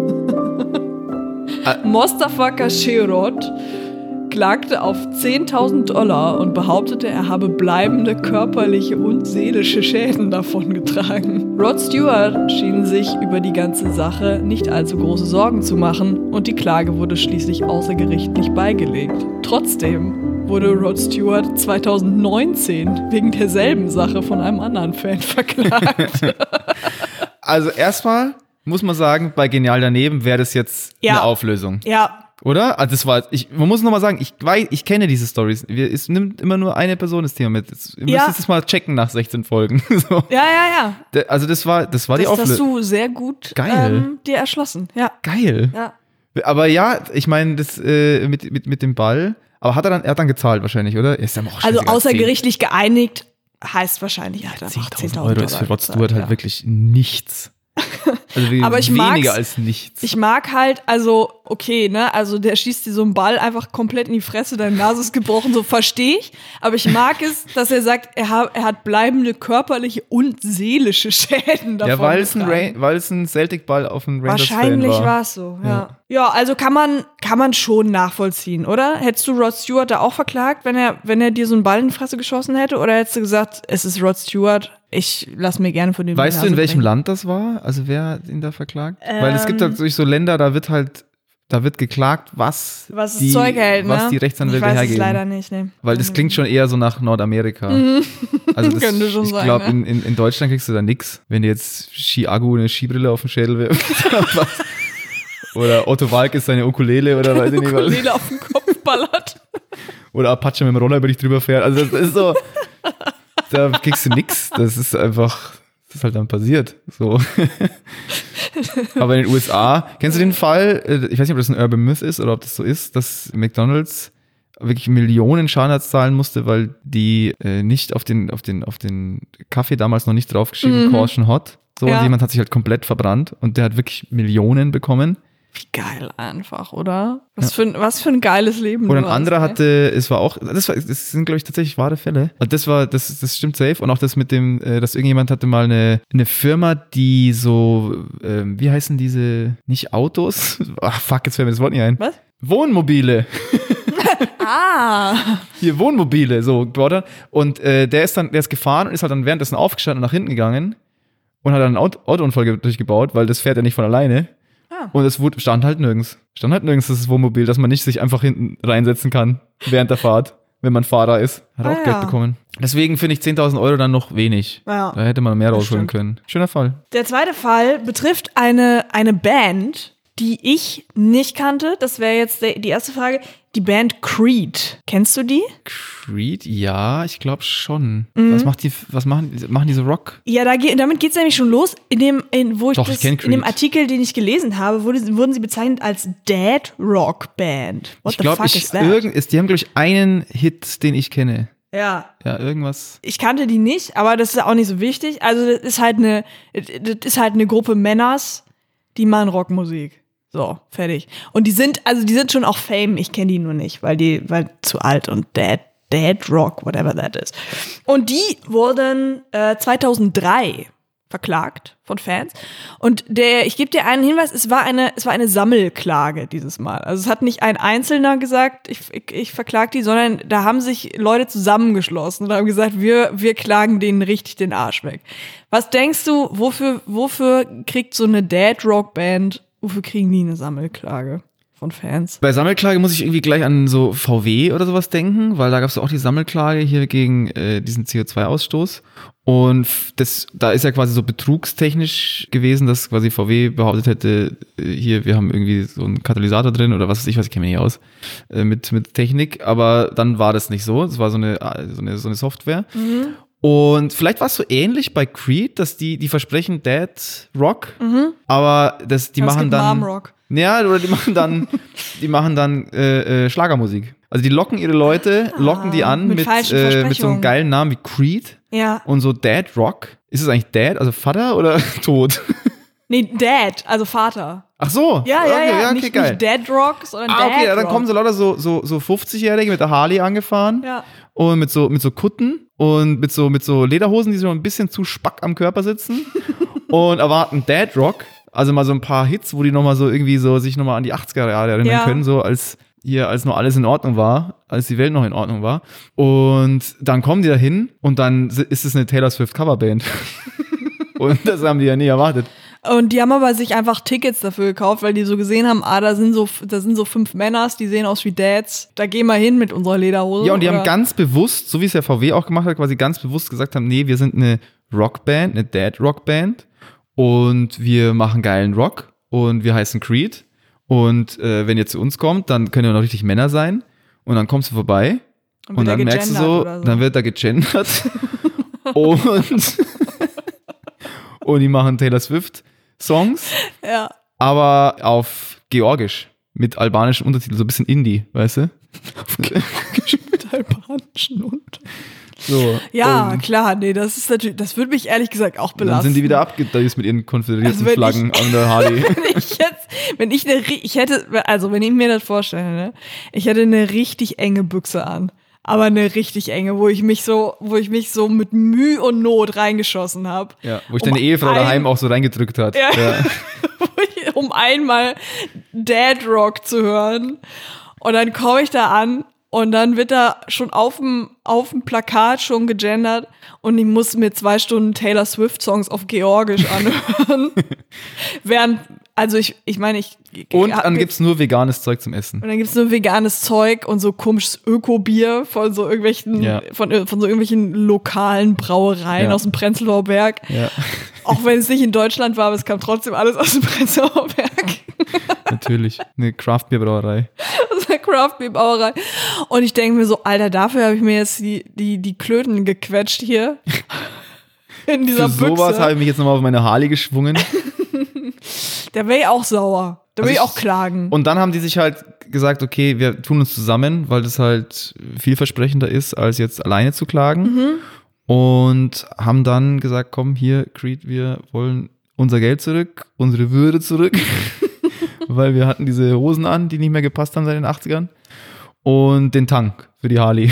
Mostafa Kashirot klagte auf zehntausend Dollar und behauptete, er habe bleibende körperliche und seelische Schäden davongetragen. Rod Stewart schien sich über die ganze Sache nicht allzu große Sorgen zu machen und die Klage wurde schließlich außergerichtlich beigelegt. Trotzdem wurde Rod Stewart zweitausendneunzehn wegen derselben Sache von einem anderen Fan verklagt. Also erstmal muss man sagen, bei Genial daneben wäre das jetzt Ja. eine Auflösung. Ja, Oder? Also das war, ich, man muss nochmal sagen, ich weiß, ich kenne diese Storys. Es nimmt immer nur eine Person das Thema mit. Ihr müsst Ja. jetzt das mal checken nach sechzehn Folgen. So. ja, ja, ja. Da- Also das war, das war die Das hast Auflösung. du sehr gut Geil. ähm, dir erschlossen. Ja, Geil. ja. Aber ja, ich meine, das äh, mit, mit, mit dem Ball, aber hat er dann, er hat dann gezahlt wahrscheinlich, oder? Ist ja auch Also scheißegal, außergerichtlich geeinigt heißt wahrscheinlich, er hat einfach zehntausend zehntausend Euro Dollar ist für Rod gezahlt, Stewart halt ja. wirklich nichts. Also wie- Aber ich weniger mag's. als nichts. Ich mag halt, also, okay, ne, also der schießt dir so einen Ball einfach komplett in die Fresse, deine Nase ist gebrochen, so verstehe ich. Aber ich mag es, dass er sagt, er hat, er hat bleibende körperliche und seelische Schäden davon. ja, weil es ein, getragen. Ra- weil es ein Celtic-Ball auf einen Rangers-Fan Wahrscheinlich war. war es so, ja. Ja. Ja, also kann man, kann man schon nachvollziehen, oder? Hättest du Rod Stewart da auch verklagt, wenn er, wenn er dir so einen Ball in die Fresse geschossen hätte? Oder hättest du gesagt, es ist Rod Stewart, ich lass mir gerne von dem Weißt die du, in Nase welchem brechen? Land das war? Also wer hat ihn da verklagt? Weil es gibt Ähm. natürlich so Länder, da wird halt, da wird geklagt, was, Was das die, Zeug hält, ne? was die Rechtsanwälte ich weiß hergeben. es leider nicht, ne. Weil das klingt schon eher so nach Nordamerika. Also das, Könnte schon ich sein, glaube, ne? in, in, in Deutschland kriegst du da nix. Wenn dir jetzt Ski-Agu eine Skibrille auf den Schädel wirft. Oder Otto Walk ist seine Ukulele oder weiß ich nicht was. Ukulele auf den Kopf ballert. Oder Apache mit dem Roller über dich drüber fährt. Also das ist so, da kriegst du nix. Das ist einfach, das ist halt dann passiert. So. Aber in den U S A, kennst du den Fall, äh, ich weiß nicht, ob das ein Urban Myth ist oder ob das so ist, dass McDonald's wirklich Millionen Schadensersatz zahlen musste, weil die äh, nicht auf den, auf den, auf den Kaffee damals noch nicht draufgeschrieben, Mhm. Caution Hot. So, Ja. und jemand hat sich halt komplett verbrannt und der hat wirklich Millionen bekommen. Wie geil einfach, oder? Was, für, ein, was für ein geiles Leben. Und ein du hast, anderer ey. hatte, es war auch, das, war, das sind, glaube ich, tatsächlich wahre Fälle. Also das war, das, das stimmt safe. Und auch das mit dem, äh, dass irgendjemand hatte mal eine, eine Firma, die so, ähm, wie heißen diese, nicht Autos? Ach, fuck, jetzt fällt mir das Wort nicht ein. Was? Wohnmobile. Ah, Hier, Wohnmobile, so, gebaut hat. Und äh, der ist dann, der ist gefahren und ist halt dann währenddessen aufgestanden und nach hinten gegangen und hat dann einen Auto, Autounfall ge- durchgebaut, weil das fährt ja nicht von alleine. Ah. Und es wurde, stand halt nirgends. Stand halt nirgends das Wohnmobil, dass man nicht sich einfach hinten reinsetzen kann während der Fahrt, wenn man Fahrer ist. Hat Ah, auch Geld ja. bekommen. Deswegen finde ich zehntausend Euro dann noch wenig. Ja. Da hätte man mehr Das rausholen stimmt. können. Schöner Fall. Der zweite Fall betrifft eine, eine Band, die ich nicht kannte. Das wäre jetzt der, die erste Frage. Die Band Creed. Kennst du die? Creed, ja, ich glaube schon. Mhm. Was macht die, was machen, machen die so Rock? Ja, da, ge- damit geht's nämlich schon los. In dem, in, wo ich Doch, ich das, kenn in dem Creed. Artikel, den ich gelesen habe, wurde, wurden sie bezeichnet als Dead Rock Band. What ich the glaube, fuck ich, is that? irgend, ist, die haben, glaube ich, einen Hit, den ich kenne. Ja. Ja, irgendwas. Ich kannte die nicht, aber das ist auch nicht so wichtig. Also das ist halt eine, das ist halt eine Gruppe Männers, die machen Rockmusik. So, fertig. Und die sind, also die sind schon auch Fame. Ich kenne die nur nicht, weil die, weil zu alt und dead, dead Rock, whatever that is. Und die wurden äh, zweitausenddrei verklagt von Fans. Und der, ich gebe dir einen Hinweis, es war eine, es war eine Sammelklage dieses Mal. Also es hat nicht ein Einzelner gesagt, ich, ich, ich verklag die, sondern da haben sich Leute zusammengeschlossen und haben gesagt, wir, wir klagen denen richtig den Arsch weg. Was denkst du, wofür, wofür kriegt so eine Dad-Rock-Band, wofür kriegen die eine Sammelklage von Fans? Bei Sammelklage muss ich irgendwie gleich an so V W oder sowas denken, weil da gab es auch die Sammelklage hier gegen äh, diesen C O zwei Ausstoß. Und das, da ist ja quasi so betrugstechnisch gewesen, dass quasi V W behauptet hätte, hier, wir haben irgendwie so einen Katalysator drin oder was weiß ich, was ich kenne mich nicht aus, äh, mit, mit Technik. Aber dann war das nicht so. Es war so eine, so eine, so eine Software. Mhm. Und vielleicht war es so ähnlich bei Creed, dass die, die versprechen Dad Rock, mhm. aber das, die das machen dann. Mom Rock. Ja, oder die machen dann, die machen dann äh, äh, Schlagermusik. Also die locken ihre Leute, ah, locken die an mit, mit, äh, mit so einem geilen Namen wie Creed. Ja. Und so Dad Rock. Ist es eigentlich Dad, also Vater oder tot? Nee, Dad, also Vater. Ach so. Ja, okay, ja, ja, ja okay, nicht, geil. nicht Dad Rock, sondern ah, Dad okay, ja, dann Rock. kommen so lauter so, so, so fünfzig-Jährige mit der Harley angefahren. Ja. Und mit so, mit so Kutten und mit so, mit so Lederhosen, die so ein bisschen zu spack am Körper sitzen. Und erwarten Dad Rock. Also mal so ein paar Hits, wo die nochmal so irgendwie so sich nochmal an die achtziger Jahre erinnern ja. können, so als hier, als noch alles in Ordnung war, als die Welt noch in Ordnung war. Und dann kommen die da hin und dann ist es eine Taylor Swift Coverband. Und das haben die ja nie erwartet. Und die haben aber sich einfach Tickets dafür gekauft, weil die so gesehen haben, ah, da sind so, da sind so fünf Männers, die sehen aus wie Dads. Da gehen wir hin mit unserer Lederhose. Ja, und die oder? haben ganz bewusst, so wie es der V W auch gemacht hat, quasi ganz bewusst gesagt haben, nee, wir sind eine Rockband, eine Dad-Rockband. Und wir machen geilen Rock und wir heißen Creed. Und äh, wenn ihr zu uns kommt, dann können wir noch richtig Männer sein. Und dann kommst du vorbei und, und dann merkst du so, so, dann wird da gegendert. und, und die machen Taylor Swift Songs. Ja. Aber auf Georgisch mit albanischen Untertiteln, so ein bisschen Indie, weißt du? Auf Georgisch mit albanischen Untertiteln. So, ja, klar, nee, das ist natürlich, das würde mich ehrlich gesagt auch belasten. Dann sind die wieder abgedreht mit ihren konföderierten also Flaggen ich, an der Harley. wenn ich jetzt, wenn ich eine, ich hätte, also wenn ich mir das vorstelle, ne, ich hätte eine richtig enge Büchse an, aber eine richtig enge, wo ich mich so, wo ich mich so mit Mühe und Not reingeschossen habe. Ja, wo ich um deine Ehefrau ein, daheim auch so reingedrückt hat. Ja, ja. Um einmal Dad Rock zu hören. Und dann komme ich da an. Und dann wird da schon auf dem, auf dem Plakat schon gegendert und ich muss mir zwei Stunden Taylor Swift Songs auf Georgisch anhören. Während, also ich, ich meine, ich. Und dann gibt's nur veganes Zeug zum Essen. Und dann gibt's nur veganes Zeug und so komisches Öko-Bier von so irgendwelchen, ja. von, von so irgendwelchen lokalen Brauereien ja. aus dem Prenzlauer Berg. Ja. Auch wenn es nicht in Deutschland war, aber es kam trotzdem alles aus dem Prenzlauer Berg. Natürlich, eine Craft-Bier-Brauerei. Eine Craft-Bier-Brauerei. Und ich denke mir so, Alter, dafür habe ich mir jetzt die, die, die Klöten gequetscht hier. In dieser Für Büchse. sowas habe ich mich jetzt nochmal auf meine Harley geschwungen. Da wäre ich auch sauer. Da will also ich auch klagen. Und dann haben die sich halt gesagt, okay, wir tun uns zusammen, weil das halt vielversprechender ist, als jetzt alleine zu klagen. Mhm. Und haben dann gesagt, komm, hier, Creed, wir wollen unser Geld zurück, unsere Würde zurück. Weil wir hatten diese Hosen an, die nicht mehr gepasst haben seit den achtzigern. Und den Tank für die Harley.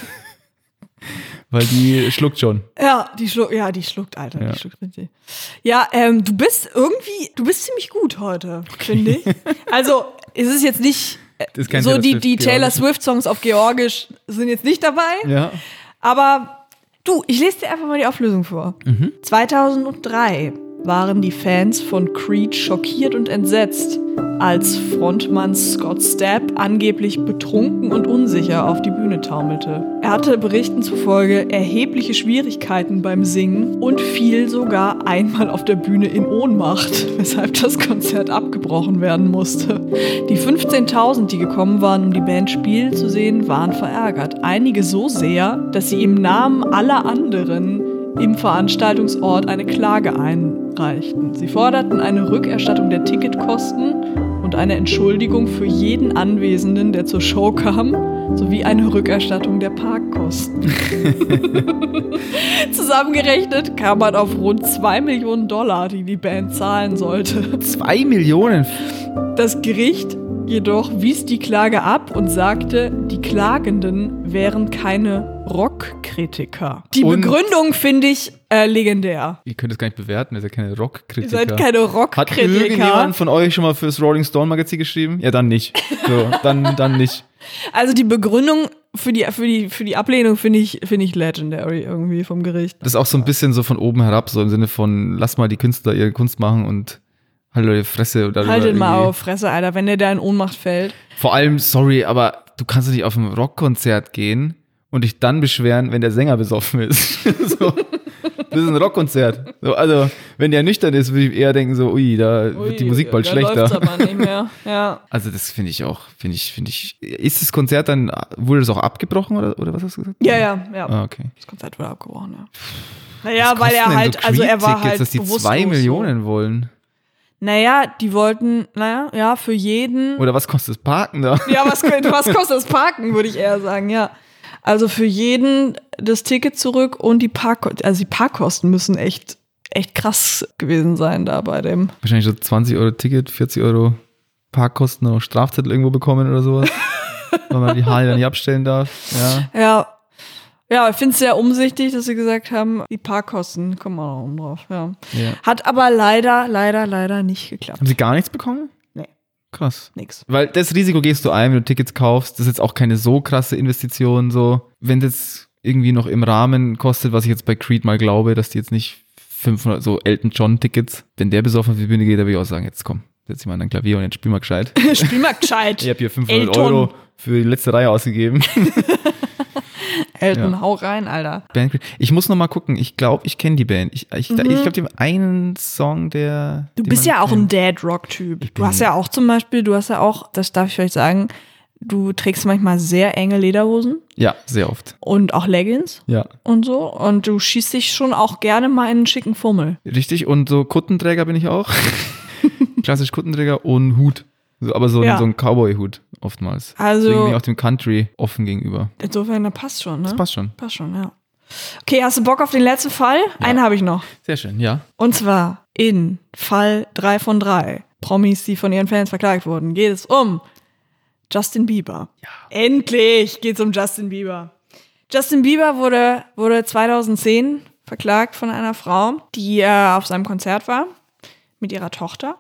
Weil die schluckt schon. Ja, die schluckt, ja, die schluckt, Alter. Ja, die schluckt richtig. Ja, ähm, du bist irgendwie, du bist ziemlich gut heute, okay. Finde ich. Also, es ist jetzt nicht so, Taylor die, die Taylor Swift-Songs auf Georgisch sind jetzt nicht dabei. Ja. Aber du, ich lese dir einfach mal die Auflösung vor. Mhm. zweitausenddrei waren die Fans von Creed schockiert und entsetzt, als Frontmann Scott Stapp angeblich betrunken und unsicher auf die Bühne taumelte. Er hatte Berichten zufolge erhebliche Schwierigkeiten beim Singen und fiel sogar einmal auf der Bühne in Ohnmacht, weshalb das Konzert abgebrochen werden musste. Die fünfzehntausend, die gekommen waren, um die Band spielen zu sehen, waren verärgert. Einige so sehr, dass sie im Namen aller anderen im Veranstaltungsort eine Klage einreichten. Sie forderten eine Rückerstattung der Ticketkosten und eine Entschuldigung für jeden Anwesenden, der zur Show kam, sowie eine Rückerstattung der Parkkosten. Zusammengerechnet kam man auf rund zwei Millionen Dollar, die die Band zahlen sollte. Zwei Millionen? Das Gericht jedoch wies die Klage ab und sagte, die Klagenden wären keine Rockkritiker. Die und Begründung finde ich Äh, legendär. Ihr könnt es gar nicht bewerten, ihr seid keine Rockkritiker. Ihr seid keine Hat Rockkritiker. irgendjemand von euch schon mal fürs Rolling Stone Magazin geschrieben? Ja, dann nicht. So, dann, dann nicht. Also die Begründung für die, für die, für die Ablehnung finde ich, finde ich legendary irgendwie vom Gericht. Das ist auch so ein bisschen so von oben herab, so im Sinne von, lass mal die Künstler ihre Kunst machen und halt eure Fresse. Oder Haltet mal auf Fresse, Alter, wenn der da in Ohnmacht fällt. Vor allem, sorry, aber du kannst doch nicht auf ein Rockkonzert gehen und dich dann beschweren, wenn der Sänger besoffen ist. So. Das ist ein Rockkonzert. So, also, wenn der nüchtern ist, würde ich eher denken so, ui, da Ui, wird die Musik bald da schlechter. läuft's aber nicht mehr. Ja. Also das finde ich auch, finde ich, finde ich. Ist das Konzert dann, wurde das auch abgebrochen oder, oder was hast du gesagt? Ja, ja, ja. Ah, okay. Das Konzert wurde abgebrochen, ja. Naja, Was weil er kosten denn halt, so also er war Creed-Tickets, halt dass die bewusstlos zwei so. Millionen wollen. Naja, die wollten, naja, ja, für jeden. Oder was kostet das Parken da? Ja, was, was kostet das Parken, würde ich eher sagen, ja. Also für jeden das Ticket zurück und die Park, also die Parkkosten müssen echt, echt krass gewesen sein da bei dem. Wahrscheinlich so zwanzig Euro Ticket, vierzig Euro Parkkosten und Strafzettel irgendwo bekommen oder sowas. Weil man die Haare dann nicht abstellen darf. Ja. Ja. Ja, ich finde es sehr umsichtig, dass sie gesagt haben, die Parkkosten, kommen wir noch oben drauf, ja. Ja. Hat aber leider, leider, leider nicht geklappt. Haben sie gar nichts bekommen? Nee. Krass. Nix. Weil das Risiko gehst du ein, wenn du Tickets kaufst. Das ist jetzt auch keine so krasse Investition. So, wenn das irgendwie noch im Rahmen kostet, was ich jetzt bei Creed mal glaube, dass die jetzt nicht fünfhundert so Elton John Tickets, wenn der besoffen auf die Bühne geht, da würde ich auch sagen, jetzt komm, setz dich mal an dein Klavier und jetzt spiel mal gescheit. Spiel mal gescheit. Ich habe hier fünfhundert Elton. Euro für die letzte Reihe ausgegeben. Elton, Ja. hau rein, Alter. Band Creed. Ich muss noch mal gucken. Ich glaube, ich kenne die Band. Ich, ich, Mhm. ich glaube, die haben einen Song, der. Du den bist man ja auch kennt. ein Dad-Rock-Typ. Ich Du bin- hast ja auch zum Beispiel, du hast ja auch, das darf ich vielleicht sagen, du trägst manchmal sehr enge Lederhosen Ja, sehr oft. und auch Leggings Ja. und so. Und du schießt dich schon auch gerne mal in einen schicken Fummel. Richtig. Und so Kuttenträger bin ich auch. Klassisch Kuttenträger und Hut. So, aber so, Ja. ein, so ein Cowboy-Hut oftmals. Also- Deswegen bin ich auch dem Country offen gegenüber. Insofern, das passt schon, ne? Das passt schon. Passt schon, ja. Okay, hast du Bock auf den letzten Fall? Einen habe ich noch. Sehr schön, ja. Und zwar in Fall drei von drei Promis, die von ihren Fans verklagt wurden, geht es um Justin Bieber. Ja. Endlich geht es um Justin Bieber. Justin Bieber wurde, wurde zweitausendzehn verklagt von einer Frau, die äh, auf seinem Konzert war mit ihrer Tochter.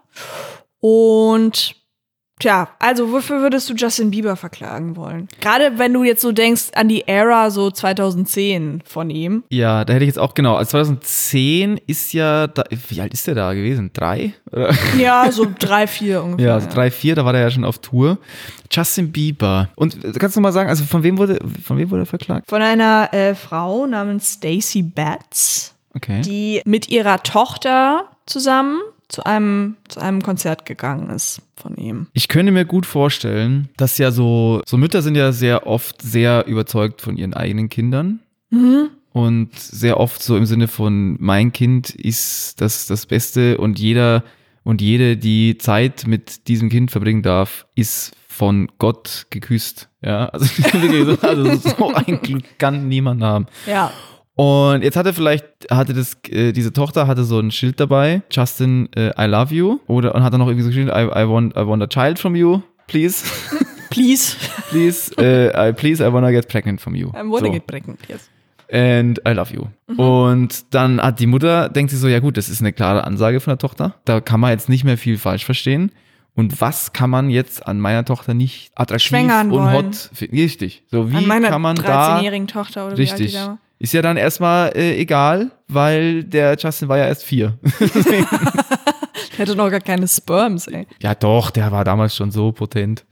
Und tja, also wofür würdest du Justin Bieber verklagen wollen? Gerade wenn du jetzt so denkst an die Ära so zweitausendzehn von ihm. Ja, da hätte ich jetzt auch, genau, also zweitausendzehn ist ja, da, wie alt ist der da gewesen? Drei? Oder? Ja, so drei, vier ungefähr. Ja, also drei, vier, da war der ja schon auf Tour. Justin Bieber. Und kannst du mal sagen, also von wem wurde, von wem wurde er verklagt? Von einer äh, Frau namens Stacey Betts, Okay. die mit ihrer Tochter zusammen zu einem, zu einem Konzert gegangen ist von ihm. Ich könnte mir gut vorstellen, dass ja so, so Mütter sind ja sehr oft sehr überzeugt von ihren eigenen Kindern. Und sehr oft so im Sinne von, mein Kind ist das, das Beste und jeder und jede, die Zeit mit diesem Kind verbringen darf, ist von Gott geküsst. Ja, also, wirklich so, also so ein Glück kann niemand haben. Ja. Und jetzt hatte vielleicht, hatte das, äh, diese Tochter hatte so ein Schild dabei, Justin, äh, I love you. Oder, und hat dann noch irgendwie so geschrieben, I, I, want, I want a child from you, please. Please. please, äh, I, please, I wanna get pregnant from you. I'm wanna so. get pregnant, yes. And I love you. Mhm. Und dann hat die Mutter, denkt sich so, ja gut, das ist eine klare Ansage von der Tochter. Da kann man jetzt nicht mehr viel falsch verstehen. Und was kann man jetzt an meiner Tochter nicht attraktiv Schwängern und wollen. hot finden? Richtig. So, wie An meiner kann man da... dreizehnjährigen Tochter oder wie alt die Richtig. da war. Ist ja dann erstmal äh, egal, weil der Justin war ja erst vier. Der hätte noch gar keine Sperms, ey. Ja doch, der war damals schon so potent.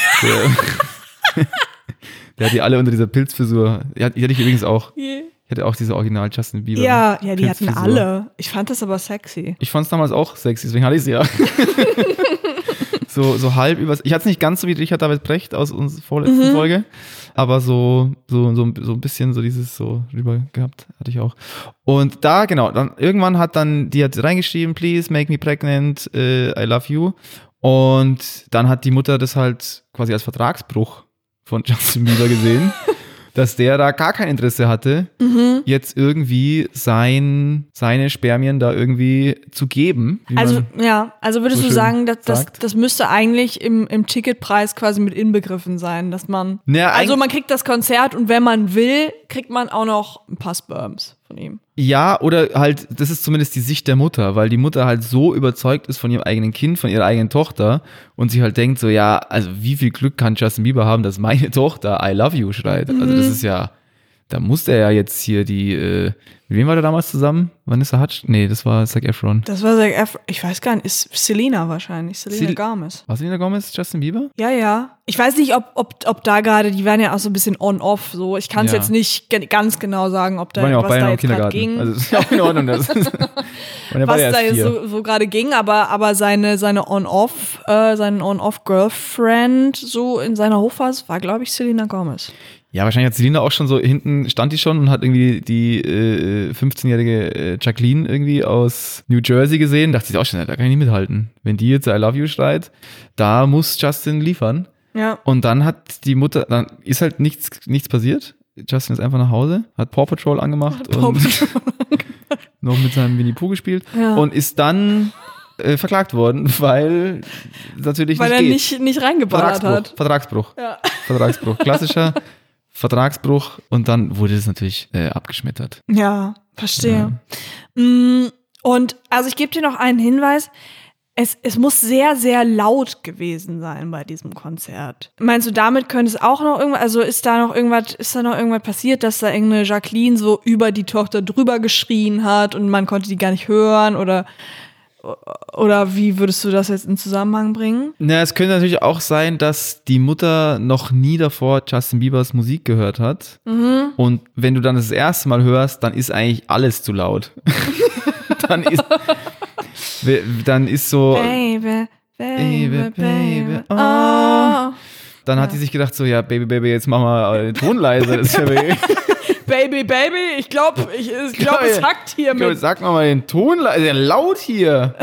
Der, der hat die alle unter dieser Pilzfrisur. Die hatte ich übrigens auch. Ich hatte auch diese Original Justin Bieber. Ja, ja, die hatten Pilzfrisur. alle. Ich fand das aber sexy. Ich fand es damals auch sexy, deswegen hatte ich sie ja. so, so halb übers. Ich hatte es nicht ganz so wie Richard David Brecht aus unserer vorletzten Mhm. Folge, aber so, so, so, so ein bisschen so dieses so rüber gehabt, hatte ich auch. Und da, genau, dann irgendwann hat dann, die hat reingeschrieben, please make me pregnant, uh, I love you. Und dann hat die Mutter das halt quasi als Vertragsbruch von Justin Bieber gesehen. Dass der da gar kein Interesse hatte, Mhm. jetzt irgendwie sein, seine Spermien da irgendwie zu geben. wie Also, man- ja, also würdest so du schön sagen, dass, das, sagt. das müsste eigentlich im, im Ticketpreis quasi mit inbegriffen sein, dass man, Naja, also eigentlich- man kriegt das Konzert und wenn man will, kriegt man auch noch ein paar Sperms. von ihm. Ja, oder halt, das ist zumindest die Sicht der Mutter, weil die Mutter halt so überzeugt ist von ihrem eigenen Kind, von ihrer eigenen Tochter und sich halt denkt so, ja, also wie viel Glück kann Justin Bieber haben, dass meine Tochter I love you schreit. Mhm. Also das ist ja, da muss der ja jetzt hier die, äh, mit wem war der damals zusammen? Vanessa Hudgens? Nee, das war Zac Efron. Das war Zac Efron, ich weiß gar nicht, ist Selena wahrscheinlich, Selena Sel- Gomez. War Selena Gomez, Justin Bieber? Ja, ja. Ich weiß nicht, ob, ob, ob da gerade, die waren ja auch so ein bisschen on-off, so. Ich kann es ja. jetzt nicht ge- ganz genau sagen, ob da, ja auch was beide da im jetzt gerade ging. Also das ist ja auch in Ordnung. Das ist, ja was da jetzt so, so gerade ging, aber, aber seine, seine On-Off, äh, seine On-Off-Girlfriend so in seiner Hochphase war, glaube ich, Selena Gomez. Ja, wahrscheinlich hat Selina auch schon so, hinten stand die schon und hat irgendwie die äh, fünfzehnjährige äh, Jacqueline irgendwie aus New Jersey gesehen. Dachte sich auch schon, da kann ich nicht mithalten. Wenn die jetzt I love you schreit, da muss Justin liefern. Ja. Und dann hat die Mutter, dann ist halt nichts, nichts passiert. Justin ist einfach nach Hause, hat Paw Patrol angemacht Paw und Patrol. noch mit seinem Winnie Pooh gespielt Ja. und ist dann äh, verklagt worden, weil natürlich weil nicht er geht. nicht, nicht reingeballert Vertragsbruch, hat. Vertragsbruch. Ja. Vertragsbruch. Klassischer Vertragsbruch und dann wurde es natürlich äh, abgeschmettert. Ja, verstehe. Ja. Mm, und also ich gebe dir noch einen Hinweis. Es, es muss sehr, sehr laut gewesen sein bei diesem Konzert. Meinst du, damit könnte es auch noch irgendwas, also ist da noch irgendwas, ist da noch irgendwas passiert, dass da irgendeine Jacqueline so über die Tochter drüber geschrien hat und man konnte die gar nicht hören oder Oder wie würdest du das jetzt in Zusammenhang bringen? Na, es könnte natürlich auch sein, dass die Mutter noch nie davor Justin Biebers Musik gehört hat. Mhm. Und wenn du dann das erste Mal hörst, dann ist eigentlich alles zu laut. dann ist dann ist so Baby, Baby, Baby, Baby, oh. oh. Dann hat die sich gedacht so, ja, Baby, Baby, jetzt mach mal den Ton leiser. Das ist ja Baby, Baby, ich glaube, ich, ich glaub, es hackt hier glaub, mit. Sag mal den Ton, also laut hier.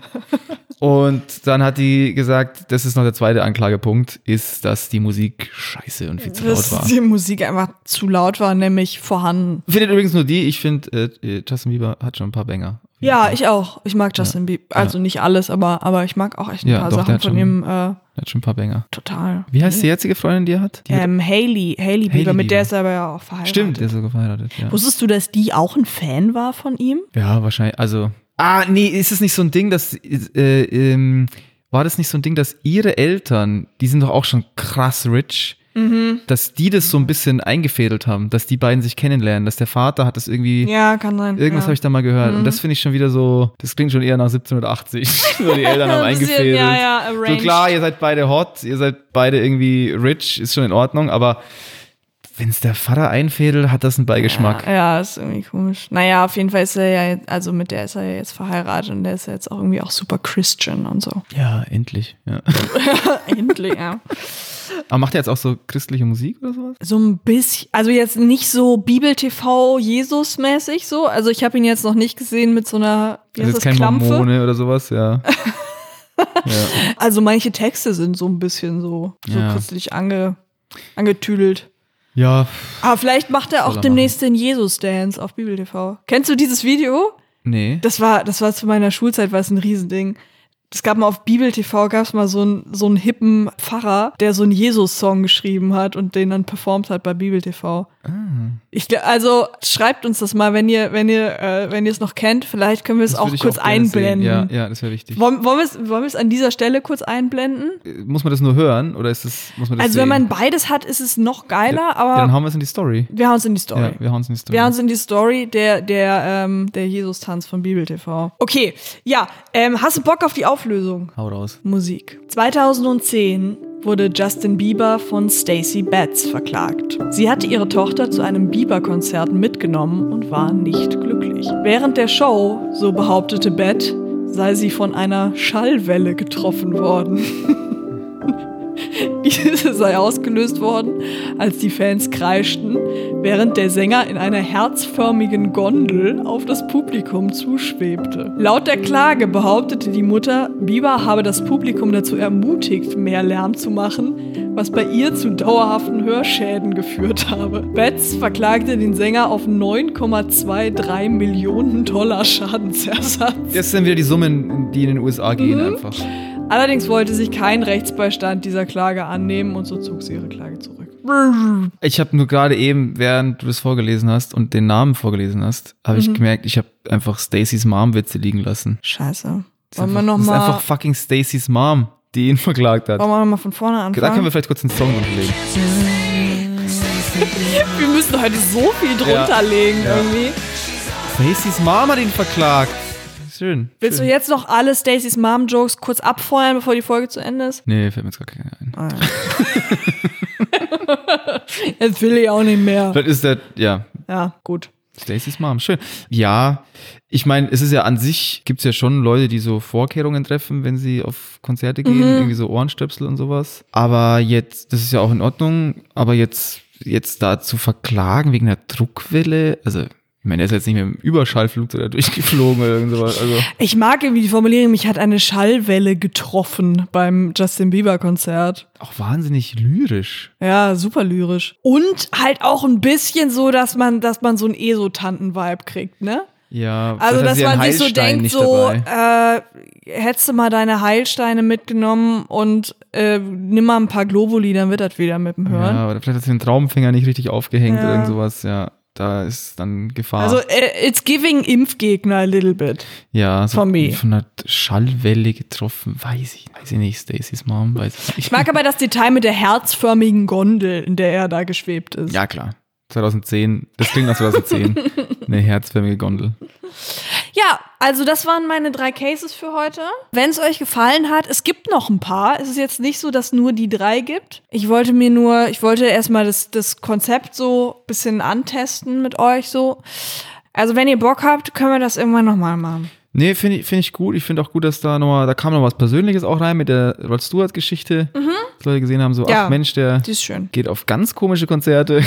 Und dann hat die gesagt, das ist noch der zweite Anklagepunkt, ist, dass die Musik scheiße und viel zu dass laut war. Dass die Musik einfach zu laut war, nämlich vorhanden. Findet übrigens nur die, ich finde, äh, Justin Bieber hat schon ein paar Banger. Ja, ich auch. Ich mag Justin ja. Bieber. Also ja. nicht alles, aber, aber ich mag auch echt ein ja, paar doch, Sachen von schon, ihm. Äh, der hat schon ein paar Banger. Total. Wie heißt die jetzige Freundin, die er hat? Die ähm, Hailey, Hailey Bieber, mit der ist er aber ja auch verheiratet. Stimmt, der ist sogar verheiratet, ja. Wusstest du, dass die auch ein Fan war von ihm? Ja, wahrscheinlich, also ah, nee, ist es nicht so ein Ding, dass äh, ähm, war das nicht so ein Ding, dass ihre Eltern, die sind doch auch schon krass rich, mhm. dass die das so ein bisschen eingefädelt haben, dass die beiden sich kennenlernen, dass der Vater hat das irgendwie, ja, kann sein. Irgendwas ja. habe ich da mal gehört mhm. und das finde ich schon wieder so, das klingt schon eher nach siebzehnhundertachtzig, so die Eltern haben eingefädelt. Ja, ja, so klar, ihr seid beide hot, ihr seid beide irgendwie rich, ist schon in Ordnung, aber wenn es der Vater einfädelt, hat das einen Beigeschmack. Ja, ja, ist irgendwie komisch. Naja, auf jeden Fall ist er ja, jetzt, also mit der ist er ja jetzt verheiratet und der ist ja jetzt auch irgendwie auch super Christian und so. Ja, endlich. Ja. endlich, ja. Aber macht er jetzt auch so christliche Musik oder sowas? So ein bisschen, also jetzt nicht so Bibel-T V Jesus-mäßig so. Also ich habe ihn jetzt noch nicht gesehen mit so einer, wie heißt also das, kein Klampfe. Mormone oder sowas, ja. ja. Also manche Texte sind so ein bisschen so, so ja. christlich ange, angetüdelt. Ja. Aber vielleicht macht er auch demnächst den Jesus-Dance auf Bibel-T V. Kennst du dieses Video? Nee. Das war, das war zu meiner Schulzeit, war es ein Riesending. Es gab mal auf Bibel-T V, gab es mal so einen so einen hippen Pfarrer, der so einen Jesus-Song geschrieben hat und den dann performt hat bei Bibel-T V. Ah. Ich, also schreibt uns das mal, wenn ihr wenn ihr äh, wenn ihr es noch kennt. Vielleicht können wir es auch kurz auch einblenden. Ja, ja, das wäre wichtig. Wollen, wollen wir es wollen wir es an dieser Stelle kurz einblenden? Muss man das nur hören oder ist das muss man das Also sehen? wenn man beides hat, ist es noch geiler. Ja, aber ja, dann hauen wir es in die Story. Wir hauen es in die Story. Ja, wir hauen es in die Story. Wir hauen es in die Story der der ähm, der Jesus-Tanz von Bibel-T V. Okay, ja. Ähm, hast du Bock auf die Auflösung? Hau raus. Musik. zweitausendzehn wurde Justin Bieber von Stacey Betts verklagt. Sie hatte ihre Tochter zu einem Bieber-Konzert mitgenommen und war nicht glücklich. Während der Show, so behauptete Bett, sei sie von einer Schallwelle getroffen worden. Diese sei ausgelöst worden, als die Fans kreischten, während der Sänger in einer herzförmigen Gondel auf das Publikum zuschwebte. Laut der Klage behauptete die Mutter, Bieber habe das Publikum dazu ermutigt, mehr Lärm zu machen, was bei ihr zu dauerhaften Hörschäden geführt habe. Betts verklagte den Sänger auf neun Komma drei Millionen Dollar Schadensersatz. Das sind wieder die Summen, die in den U S A gehen mhm. einfach. Allerdings wollte sich kein Rechtsbeistand dieser Klage annehmen und so zog sie ihre Klage zurück. Ich habe nur gerade eben, während du das vorgelesen hast und den Namen vorgelesen hast, habe ich Mhm. gemerkt, ich habe einfach Stacys Mom-Witze liegen lassen. Scheiße. Das ist, Wollen wir einfach, noch das ist mal, einfach fucking Stacys Mom, die ihn verklagt hat. wollen wir noch mal von vorne anfangen? Da können wir vielleicht kurz einen Song unterlegen. Wir müssen heute so viel drunter Ja. legen Ja. irgendwie. Stacys Mom hat ihn verklagt. Schön. Willst schön. du jetzt noch alle Stacys Mom-Jokes kurz abfeuern, bevor die Folge zu Ende ist? Nee, fällt mir jetzt gar keiner ein. Ah, ja. Jetzt will ich auch nicht mehr. Vielleicht ist der, ja, Ja, gut. Stacys Mom, schön. Ja, ich meine, es ist ja an sich, gibt es ja schon Leute, die so Vorkehrungen treffen, wenn sie auf Konzerte gehen, Mhm. irgendwie so Ohrenstöpsel und sowas. Aber jetzt, das ist ja auch in Ordnung, aber jetzt, jetzt da zu verklagen wegen einer Druckwelle, also ich meine, er ist jetzt nicht mit dem Überschallflugzeug da durchgeflogen oder irgend sowas. Also. Ich mag irgendwie die Formulierung, mich hat eine Schallwelle getroffen beim Justin Bieber-Konzert. Auch wahnsinnig lyrisch. Ja, super lyrisch. Und halt auch ein bisschen so, dass man, dass man so einen Esotanten-Vibe kriegt, ne? Ja, Also, vielleicht dass hat sie man ihren sich so Heilstein denkt, nicht so, dabei. äh, hättest du mal deine Heilsteine mitgenommen und äh, nimm mal ein paar Globuli, dann wird das wieder mit dem Hören. Ja, oder vielleicht hat sie den Traumfinger nicht richtig aufgehängt Ja. oder irgend sowas, ja. Da ist dann Gefahr. Also, äh, it's giving Impfgegner a little bit. ja, so von mir. von einer Schallwelle getroffen, weiß ich, weiß ich nicht, Stacys Mom, weiß ich nicht. Ich mag aber das Detail mit der herzförmigen Gondel, in der er da geschwebt ist. Ja, klar. zweitausendzehn, das klingt nach zweitausendzehn. Eine herzförmige Gondel. Ja, also das waren meine drei Cases für heute. Wenn es euch gefallen hat, es gibt noch ein paar. Es ist jetzt nicht so, dass nur die drei gibt. Ich wollte mir nur, ich wollte erstmal das, das Konzept so ein bisschen antesten mit euch so. Also wenn ihr Bock habt, können wir das irgendwann nochmal machen. Nee, finde ich, find ich gut. Ich finde auch gut, dass da nochmal, da kam noch was Persönliches auch rein mit der Rod Stewart-Geschichte. Mhm. Dass Leute gesehen haben, so, Ja, ach Mensch, der Die ist schön. geht auf ganz komische Konzerte.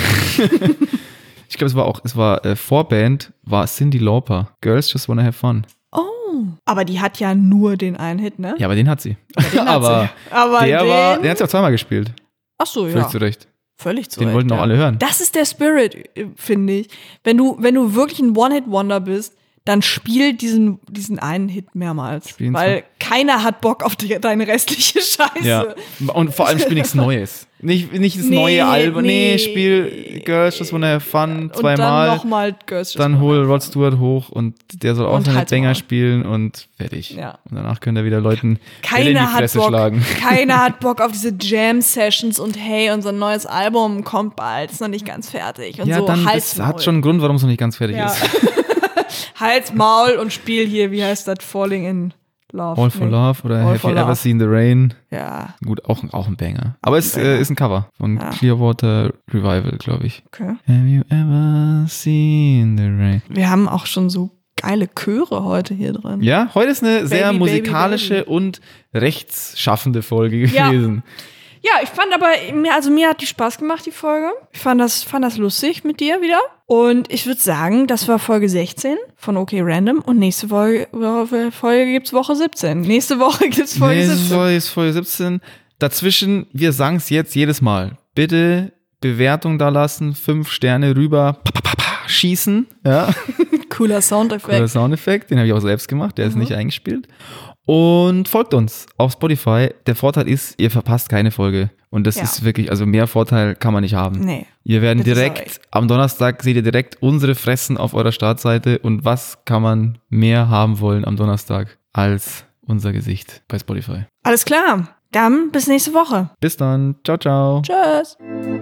Ich glaube, es war auch, es war äh, Vorband, war Cyndi Lauper. Girls Just Wanna Have Fun. Oh. Aber die hat ja nur den einen Hit, ne? Ja, aber den hat sie. Den hat aber sie. Aber der den, war, den hat sie auch zweimal gespielt. Ach so, Völlig ja. zu Recht. Völlig zu Den Recht, wollten auch ja. alle hören. Das ist der Spirit, äh, finde ich. Wenn du, wenn du wirklich ein One-Hit-Wonder bist, dann spiel diesen, diesen einen Hit mehrmals. Spielen weil keiner hat Bock auf die, deine restliche Scheiße. Ja. Und vor allem spiel nichts Neues. Nicht, nicht das Nee, neue Album. Nee, nee. spiel Girls Just Wanna Have Fun Und zweimal. dann nochmal Girls Just Dann Wanna hol Have Rod Stewart hoch und der soll auch Und seine halt's Banger Maul. spielen und fertig. Ja. Und danach können da wieder Leuten Bälle in die Keiner hat Fresse Bock, schlagen. keiner hat Bock auf diese Jam-Sessions und hey, unser neues Album kommt bald, ist noch nicht ganz fertig. Und Ja, so, dann Hals, das hat schon einen Grund, warum es noch nicht ganz fertig Ja. ist. Hals, Maul und spiel hier, wie heißt das, Falling in Love. All for Nee. Love oder All Have for You Ever Love. Seen the Rain? Ja, Gut, auch, auch ein Banger. Aber es Banger. äh, ist ein Cover von Ja. Clearwater Revival, glaube ich. okay. Have you ever seen the rain? Wir haben auch schon so geile Chöre heute hier drin. Ja, heute ist eine sehr Baby, musikalische baby. und rechtsschaffende Folge Ja. gewesen. Ja, ich fand aber, mir, also mir hat die Spaß gemacht, die Folge. Ich fand das, fand das lustig mit dir wieder. Und ich würde sagen, das war Folge sechzehn von OK Random und nächste Folge, Folge gibt's Woche siebzehn. Nächste Woche gibt's Folge Nee, siebzehn. Folge ist Folge siebzehn. Dazwischen, wir sagen es jetzt jedes Mal. Bitte Bewertung da lassen, fünf Sterne rüber pa, pa, pa, pa, schießen. Ja. Cooler Soundeffekt. Cooler Soundeffekt, den habe ich auch selbst gemacht, der ist nicht eingespielt. Und folgt uns auf Spotify. Der Vorteil ist, ihr verpasst keine Folge. Und das Ja. ist wirklich, also mehr Vorteil kann man nicht haben. Nee. Ihr werden Das ist direkt, alright. am Donnerstag seht ihr direkt unsere Fressen auf eurer Startseite. Und was kann man mehr haben wollen am Donnerstag als unser Gesicht bei Spotify? Alles klar. Dann bis nächste Woche. Bis dann. Ciao, ciao. Tschüss.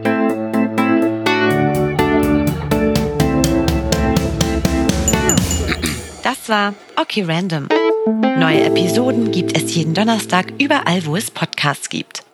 Das war Okay Random. Neue Episoden gibt es jeden Donnerstag überall, wo es Podcasts gibt.